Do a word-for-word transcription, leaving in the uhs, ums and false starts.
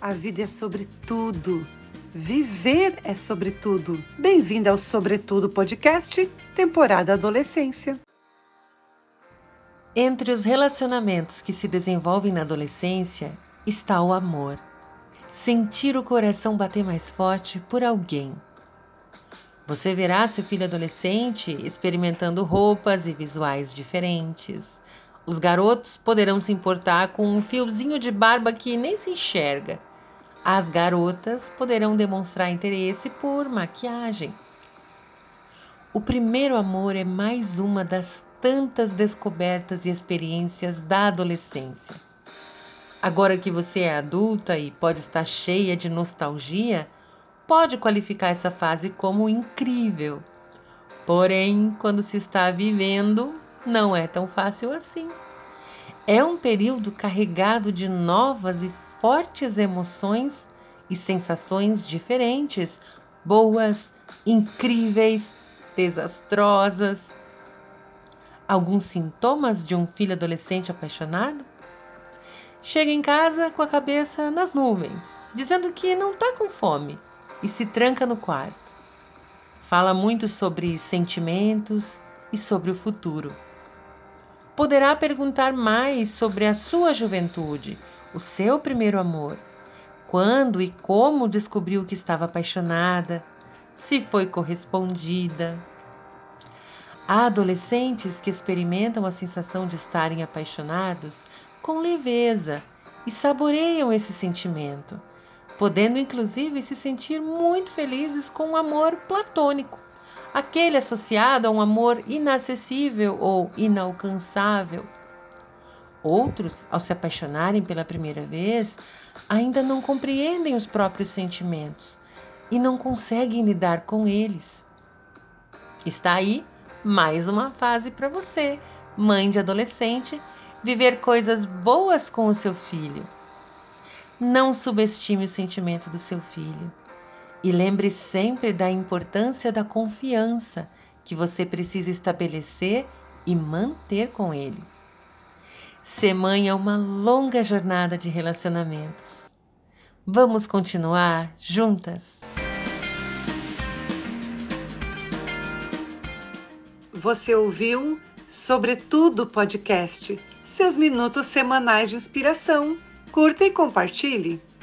A vida é sobre tudo. Viver é sobre tudo. Bem-vinda ao Sobretudo Podcast, temporada Adolescência. Entre os relacionamentos que se desenvolvem na adolescência está o amor. Sentir o coração bater mais forte por alguém. Você verá seu filho adolescente experimentando roupas e visuais diferentes. Os garotos poderão se importar com um fiozinho de barba que nem se enxerga. As garotas poderão demonstrar interesse por maquiagem. O primeiro amor é mais uma das tantas descobertas e experiências da adolescência. Agora que você é adulta e pode estar cheia de nostalgia, pode qualificar essa fase como incrível. Porém, quando se está vivendo, não é tão fácil assim. É um período carregado de novas e fortes emoções e sensações diferentes, boas, incríveis, desastrosas. Alguns sintomas de um filho adolescente apaixonado? Chega em casa com a cabeça nas nuvens, dizendo que não está com fome e se tranca no quarto. Fala muito sobre sentimentos e sobre o futuro. Poderá perguntar mais sobre a sua juventude, o seu primeiro amor, quando e como descobriu que estava apaixonada, se foi correspondida. Há adolescentes que experimentam a sensação de estarem apaixonados com leveza e saboreiam esse sentimento, podendo inclusive se sentir muito felizes com o amor platônico, aquele associado a um amor inacessível ou inalcançável. Outros, ao se apaixonarem pela primeira vez, ainda não compreendem os próprios sentimentos e não conseguem lidar com eles. Está aí mais uma fase para você, mãe de adolescente, viver coisas boas com o seu filho. Não subestime o sentimento do seu filho. E lembre sempre da importância da confiança que você precisa estabelecer e manter com ele. Ser mãe é uma longa jornada de relacionamentos. Vamos continuar juntas? Você ouviu Sobretudo Podcast, seus minutos semanais de inspiração. Curta e compartilhe.